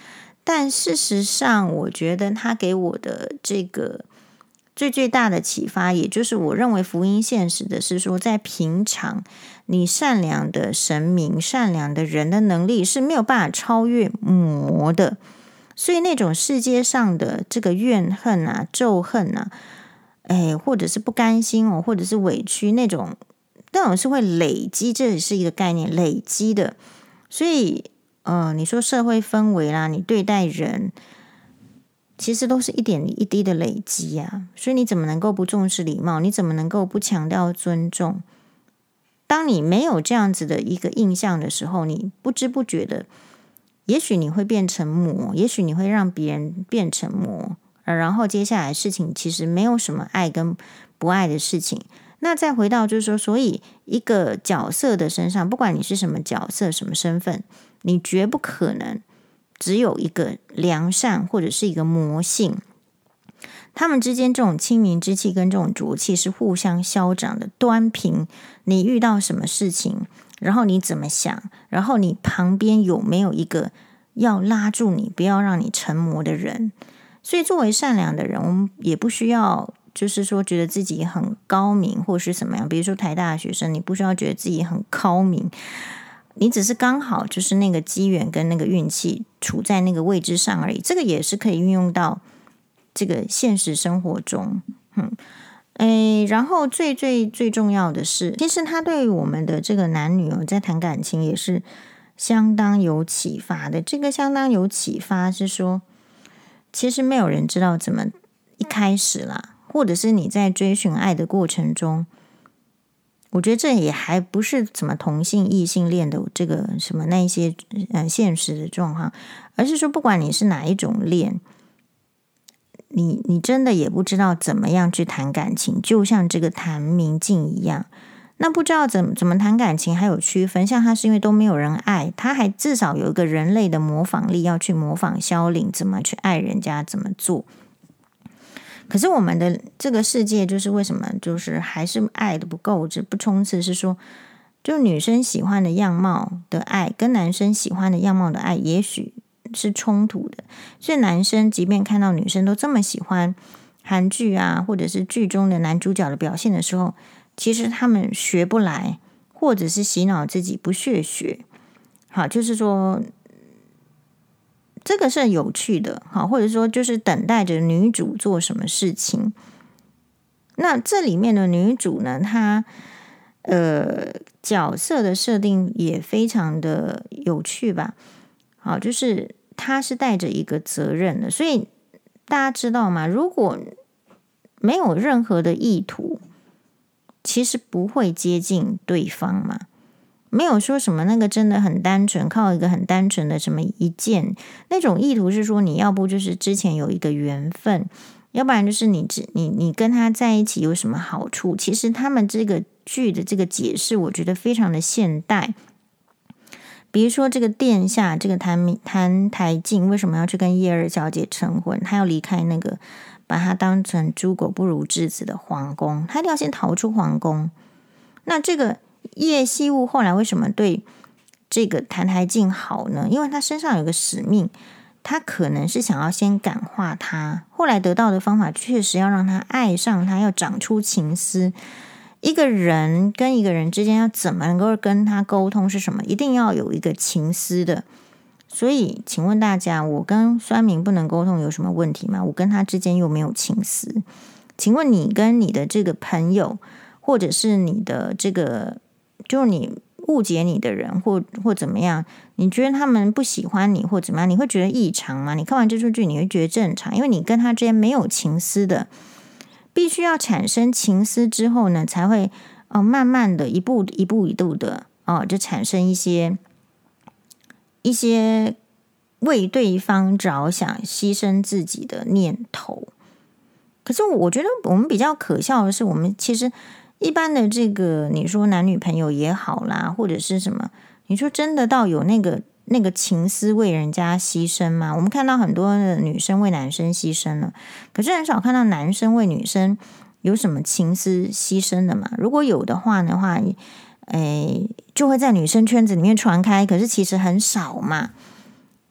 但事实上，我觉得他给我的这个最最大的启发，也就是我认为福音现实的是说，在平常你善良的神明、善良的人的能力是没有办法超越魔的，所以那种世界上的这个怨恨啊、咒恨啊，哎，或者是不甘心哦，或者是委屈那种，那种是会累积，这也是一个概念，累积的。所以，呃，你说社会氛围啦，你对待人，其实都是一点一滴的累积啊。所以你怎么能够不重视礼貌？你怎么能够不强调尊重？当你没有这样子的一个印象的时候，你不知不觉的，也许你会变成魔，也许你会让别人变成魔。然后接下来事情其实没有什么爱跟不爱的事情。那再回到就是说，所以一个角色的身上，不管你是什么角色、什么身份，你绝不可能只有一个良善或者是一个魔性。他们之间这种清明之气跟这种浊气是互相消长的，端平你遇到什么事情，然后你怎么想，然后你旁边有没有一个要拉住你，不要让你成魔的人。所以作为善良的人，我们也不需要就是说觉得自己很高明或是什么样。比如说台大的学生，你不需要觉得自己很高明，你只是刚好就是那个机缘跟那个运气处在那个位置上而已。这个也是可以运用到这个现实生活中。嗯，诶，然后最最最重要的是，其实他对于我们的这个男女哦，在谈感情也是相当有启发的。这个相当有启发是说，其实没有人知道怎么一开始啦，或者是你在追寻爱的过程中，我觉得这也还不是怎么同性异性恋的这个什么那一些呃现实的状况，而是说不管你是哪一种恋，你你真的也不知道怎么样去谈感情，就像这个谈明镜一样。那不知道怎么怎么谈感情还有区分，像他是因为都没有人爱，他还至少有一个人类的模仿力，要去模仿萧玲怎么去爱人家，怎么做。可是我们的这个世界就是为什么就是还是爱的不够，这不冲刺，是说就女生喜欢的样貌的爱跟男生喜欢的样貌的爱也许是冲突的。所以男生即便看到女生都这么喜欢韩剧啊，或者是剧中的男主角的表现的时候，其实他们学不来，或者是洗脑自己不屑学。好，就是说这个是有趣的，好，或者说就是等待着女主做什么事情。那这里面的女主呢，她呃角色的设定也非常的有趣吧。好，就是她是带着一个责任的，所以大家知道吗？如果没有任何的意图，其实不会接近对方嘛。没有说什么那个真的很单纯，靠一个很单纯的什么一见，那种意图是说你要不就是之前有一个缘分，要不然就是你你你跟他在一起有什么好处。其实他们这个剧的这个解释，我觉得非常的现代。比如说这个殿下，这个谭谭台烬为什么要去跟叶二小姐成婚？他要离开那个把他当成猪狗不如稚子的皇宫，他一定要先逃出皇宫。那这个叶惜雾后来为什么对这个谭台烬好呢？因为他身上有个使命，他可能是想要先感化他，后来得到的方法确实要让他爱上他，要长出情丝。一个人跟一个人之间要怎么能够跟他沟通是什么？一定要有一个情丝的。所以请问大家，我跟酸民不能沟通有什么问题吗？我跟他之间又没有情丝。请问你跟你的这个朋友，或者是你的这个就是你误解你的人，或或怎么样，你觉得他们不喜欢你或怎么样，你会觉得异常吗？你看完这出剧你会觉得正常，因为你跟他之间没有情丝的。必须要产生情丝之后呢，才会哦，慢慢的一步一步一步的哦，就产生一些一些为对方着想、牺牲自己的念头。可是我觉得我们比较可笑的是，我们其实一般的这个，你说男女朋友也好啦，或者是什么，你说真的到有那个那个情丝为人家牺牲吗？我们看到很多的女生为男生牺牲了，可是很少看到男生为女生有什么情丝牺牲的嘛。如果有的话的话，诶，就会在女生圈子里面传开，可是其实很少嘛。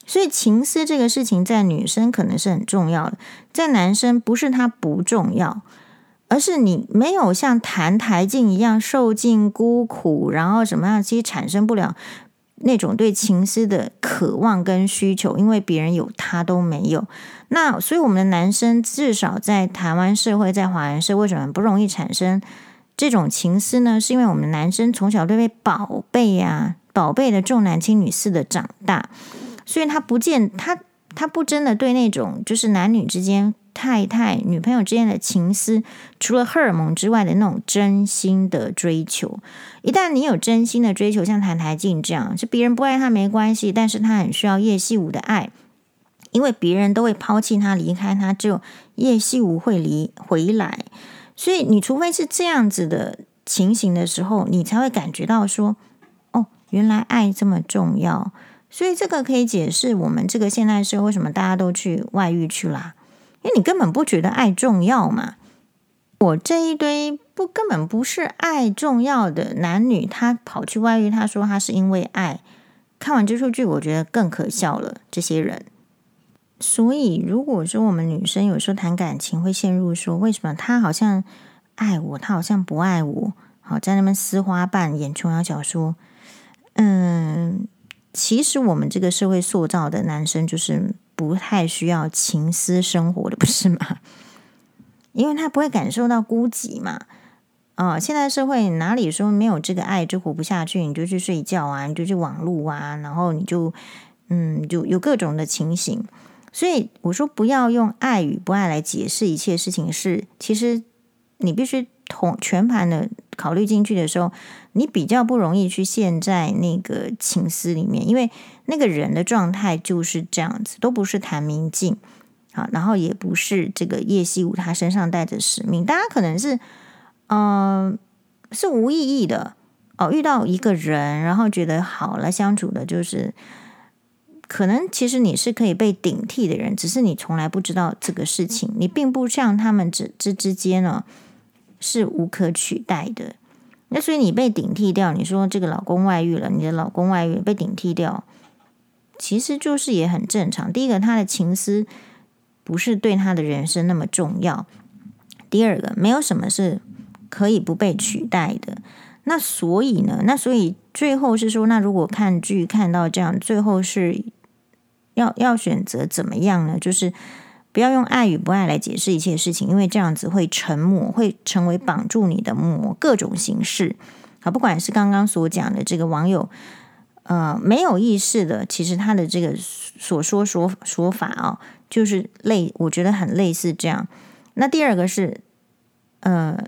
所以情思这个事情在女生可能是很重要的，在男生不是它不重要，而是你没有像澹台烬一样受尽孤苦，然后什么样，其实产生不了那种对情思的渴望跟需求，因为别人有他都没有。那所以我们的男生至少在台湾社会，在华人社会为什么不容易产生这种情思呢？是因为我们的男生从小都被宝贝啊宝贝的重男轻女似的长大，所以他不见他他不真的对那种就是男女之间太太女朋友之间的情思，除了荷尔蒙之外的那种真心的追求。一旦你有真心的追求，像澹台烬这样，是别人不爱他没关系，但是他很需要叶细武的爱，因为别人都会抛弃他离开他，只有叶细武会离回来。所以你除非是这样子的情形的时候，你才会感觉到说，哦，原来爱这么重要。所以这个可以解释我们这个现代社会为什么大家都去外遇去啦，因为你根本不觉得爱重要嘛。我这一堆不根本不是爱重要的男女，他跑去外遇，他说他是因为爱。看完这出剧，我觉得更可笑了，这些人。所以如果说我们女生有时候谈感情会陷入说，为什么他好像爱我，他好像不爱我，好在那边撕花瓣演琼瑶小说，嗯，其实我们这个社会塑造的男生就是不太需要情思生活的，不是吗？因为他不会感受到孤寂嘛。哦，现在社会哪里说没有这个爱就活不下去，你就去睡觉啊，你就去网路啊，然后你就嗯，就有各种的情形。所以我说不要用爱与不爱来解释一切事情，是其实你必须同全盘的考虑进去的时候，你比较不容易去陷在那个情思里面，因为那个人的状态就是这样子，都不是谭明镜啊，然后也不是这个叶细武他身上带着使命，大家可能是嗯、呃、是无意义的哦，遇到一个人，然后觉得好了相处的就是可能其实你是可以被顶替的人，只是你从来不知道这个事情，你并不像他们之之之间呢是无可取代的。那所以你被顶替掉，你说这个老公外遇了，你的老公外遇被顶替掉，其实就是也很正常。第一个，他的情思不是对他的人生那么重要；第二个，没有什么是可以不被取代的。那所以呢，那所以最后是说，那如果看剧看到这样，最后是要要选择怎么样呢？就是不要用爱与不爱来解释一切事情，因为这样子会成魔，会成为绑住你的魔，各种形式。好，不管是刚刚所讲的这个网友，呃，没有意识的，其实他的这个所说说说法啊、哦，就是类，我觉得很类似这样。那第二个是，呃，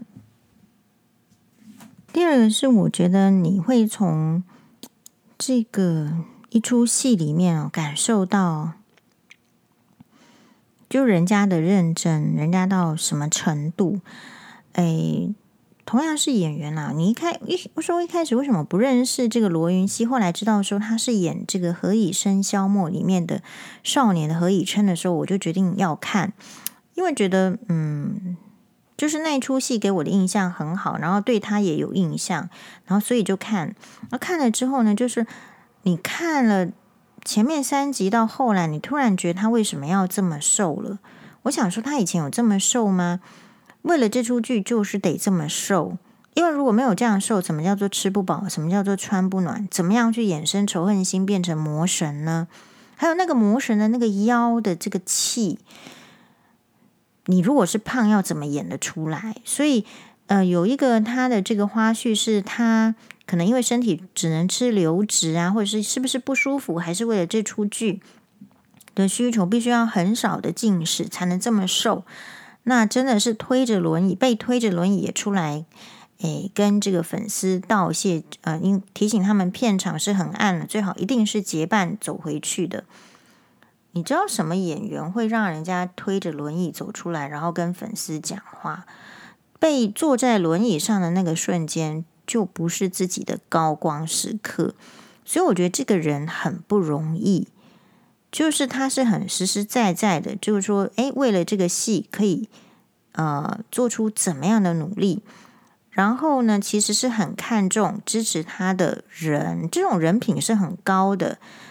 第二个是我觉得你会从这个一出戏里面哦，感受到。就人家的认真，人家到什么程度？诶，同样是演员啦，你一开一我说一开始为什么不认识这个罗云熙？后来知道说他是演这个《何以笙箫默》里面的少年的何以琛的时候，我就决定要看，因为觉得嗯，就是那一出戏给我的印象很好，然后对他也有印象，然后所以就看。那看了之后呢，就是你看了。前面三集到后来，你突然觉得他为什么要这么瘦了？我想说，他以前有这么瘦吗？为了这出剧，就是得这么瘦。因为如果没有这样瘦，什么叫做吃不饱？什么叫做穿不暖？怎么样去衍生仇恨心变成魔神呢？还有那个魔神的那个腰的这个气，你如果是胖，要怎么演得出来？所以，呃，有一个他的这个花絮是他。可能因为身体只能吃流质啊，或者是是不是不舒服，还是为了这出剧的需求，必须要很少的进食才能这么瘦。那真的是推着轮椅，被推着轮椅也出来，诶，跟这个粉丝道谢，呃，因提醒他们片场是很暗了，最好一定是结伴走回去的。你知道什么演员会让人家推着轮椅走出来，然后跟粉丝讲话？被坐在轮椅上的那个瞬间。就不是自己的高光时刻，所以我觉得这个人很不容易，就是他是很实实在在的，就是说，诶，为了这个戏可以呃做出怎么样的努力，然后呢，其实是很看重支持他的人，这种人品是很高的。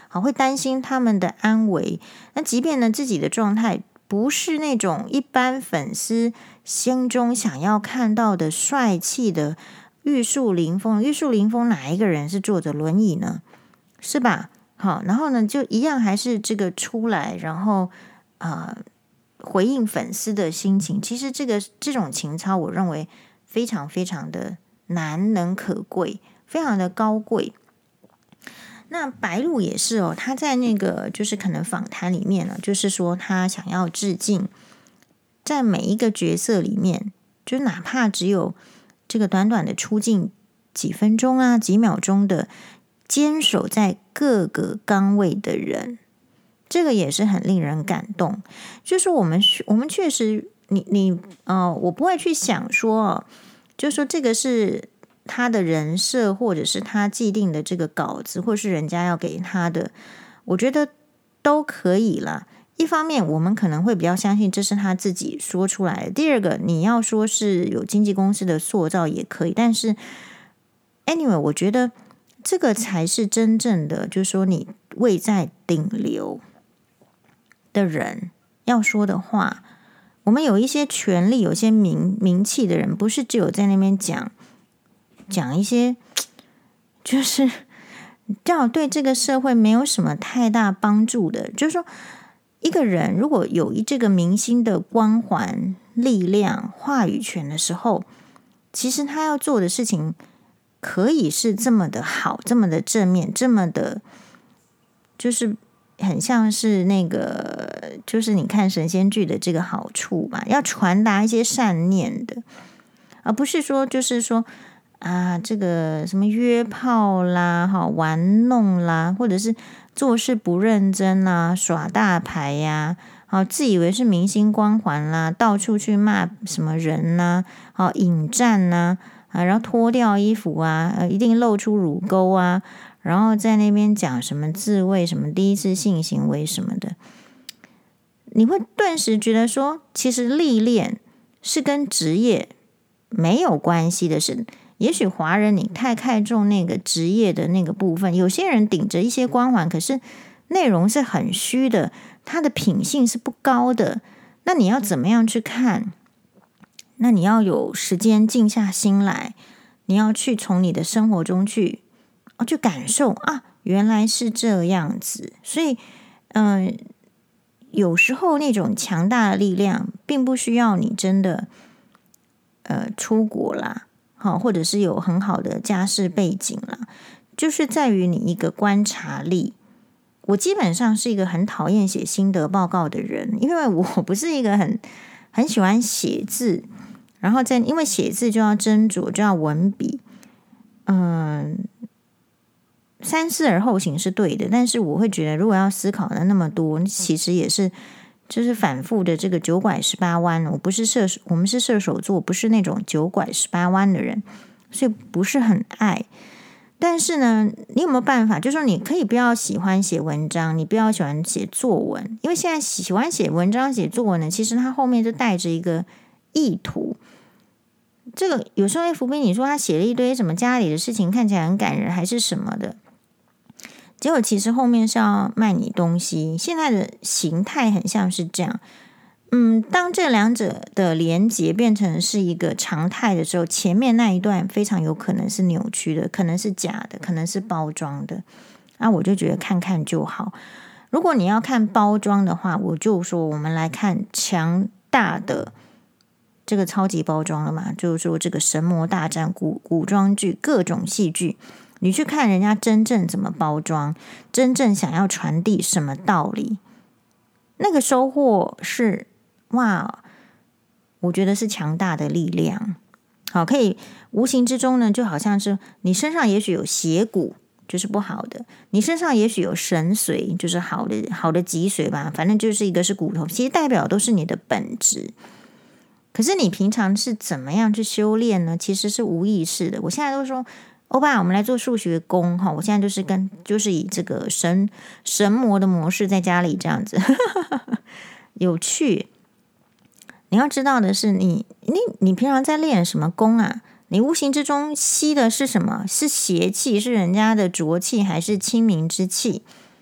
好，会担心他们的安危。那即便呢自己的状态不是那种一般粉丝心中想要看到的帅气的玉树临风，玉树临风哪一个人是坐着轮椅呢？是吧？好，然后呢就一样还是这个出来，然后呃回应粉丝的心情。其实这个这种情操，我认为非常非常的难能可贵，非常的高贵。那白鹿也是哦，他在那个就是可能访谈里面呢，就是说他想要致敬，在每一个角色里面，就哪怕只有这个短短的出镜几分钟啊、几秒钟的坚守在各个岗位的人，这个也是很令人感动。就是我们我们确实，你你呃，我不会去想说哦，就是说这个是他的人设，或者是他既定的这个稿子，或是人家要给他的，我觉得都可以啦。一方面，我们可能会比较相信这是他自己说出来的；第二个，你要说是有经纪公司的塑造也可以。但是 ，anyway， 我觉得这个才是真正的，就是说你位在顶流的人要说的话。我们有一些权力、有些名名气的人，不是只有在那边讲讲一些，就是这样对这个社会没有什么太大帮助的。就是说，一个人如果有一这个明星的光环、力量、话语权的时候，其实他要做的事情可以是这么的好，这么的正面，这么的，就是很像是那个，就是你看神仙剧的这个好处吧，要传达一些善念的，而不是说就是说啊，这个什么约炮啦、哈玩弄啦，或者是做事不认真啦、耍大牌呀、好自以为是明星光环啦，到处去骂什么人呐、好引战呐、啊，然后脱掉衣服啊，呃，一定露出乳沟啊，然后在那边讲什么自慰、什么第一次性行为什么的，你会顿时觉得说，其实历练是跟职业没有关系的事。也许华人你太看重那个职业的那个部分，有些人顶着一些光环，可是内容是很虚的，他的品性是不高的。那你要怎么样去看？那你要有时间静下心来，你要去从你的生活中去哦，去感受啊，原来是这样子。所以，嗯、呃，有时候那种强大的力量，并不需要你真的呃出国啦。好，或者是有很好的家世背景啦，就是在于你一个观察力。我基本上是一个很讨厌写心得报告的人，因为我不是一个很很喜欢写字，然后在因为写字就要斟酌，就要文笔，嗯，三思而后行是对的，但是我会觉得，如果要思考的那么多，其实也是。就是反复的这个九拐十八弯，我不是射手，我们是射手座，不是那种九拐十八弯的人，所以不是很爱。但是呢，你有没有办法？就是说，你可以不要喜欢写文章，你不要喜欢写作文，因为现在喜欢写文章、写作文呢，其实它后面就带着一个意图。这个有时候 F B 你说他写了一堆什么家里的事情，看起来很感人，还是什么的。结果其实后面是要卖你东西，现在的形态很像是这样。嗯，当这两者的连结变成是一个常态的时候，前面那一段非常有可能是扭曲的，可能是假的，可能是包装的。那我就觉得看看就好。如果你要看包装的话，我就说我们来看强大的这个超级包装了嘛，就是说这个神魔大战古古装剧各种戏剧。你去看人家真正怎么包装，真正想要传递什么道理，那个收获是哇，我觉得是强大的力量。好，可以无形之中呢，就好像是你身上也许有血骨，就是不好的；你身上也许有神髓，就是好的好的脊髓吧，反正就是一个是骨头，其实代表都是你的本质。可是你平常是怎么样去修炼呢？其实是无意识的。我现在都说。欧巴，我们来做数学工哈！我现在就是跟就是以这个神神魔的模式在家里这样子，有趣。你要知道的是你，你你你平常在练什么功啊？你无形之中吸的是什么？是邪气，是人家的浊气，还是清明之气？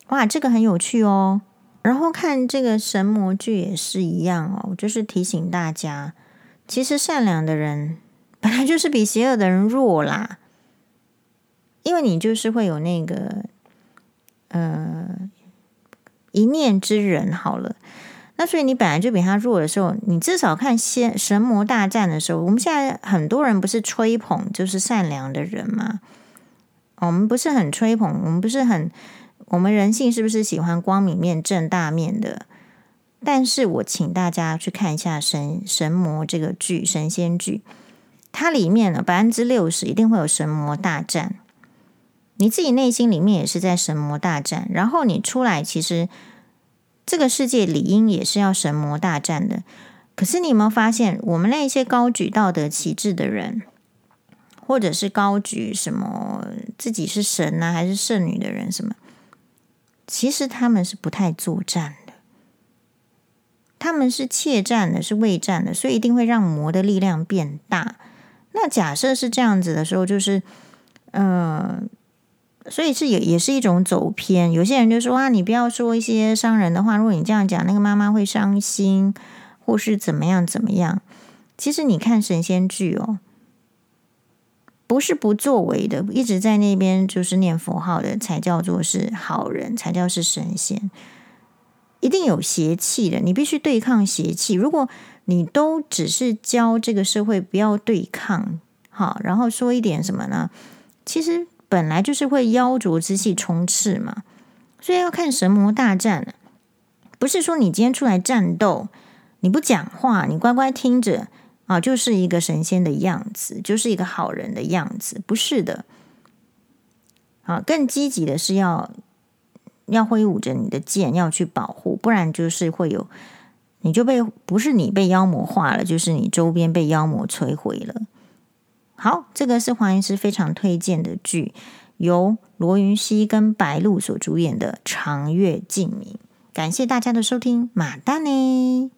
哇，这个很有趣哦。然后看这个神魔剧也是一样哦，就是提醒大家，其实善良的人本来就是比邪恶的人弱啦，因为你就是会有那个呃一念之人好了，那所以你本来就比他弱的时候，你至少看仙神魔大战的时候，我们现在很多人不是吹捧就是善良的人吗？我们不是很吹捧，我们不是很，我们人性是不是喜欢光明面正大面的？但是我请大家去看一下神神魔这个剧，神仙剧，它里面呢百分之六十一定会有神魔大战，你自己内心里面也是在神魔大战，然后你出来，其实这个世界理应也是要神魔大战的。可是你有没有发现，我们那些高举道德旗帜的人，或者是高举什么自己是神啊还是圣女的人什么，其实他们是不太作战的，他们是怯战的，是畏战的，所以一定会让魔的力量变大。那假设是这样子的时候，就是呃，所以是也也是一种走偏。有些人就说啊，你不要说一些伤人的话，如果你这样讲，那个妈妈会伤心，或是怎么样怎么样。其实你看神仙剧哦，不是不作为的，一直在那边就是念佛号的，才叫做是好人，才叫是神仙。一定有邪气的，你必须对抗邪气。如果你都只是教这个社会不要对抗，好，然后说一点什么呢？其实本来就是会妖浊之气充斥嘛，所以要看神魔大战，不是说你今天出来战斗，你不讲话，你乖乖听着啊，就是一个神仙的样子，就是一个好人的样子，不是的。啊，更积极的是要要挥舞着你的剑，要去保护，不然就是会有，你就被不是你被妖魔化了，就是你周边被妖魔摧毁了。好，这个是黄医师非常推荐的剧，由罗云熙跟白鹿所主演的《长月烬明》。感谢大家的收听，马丹呢。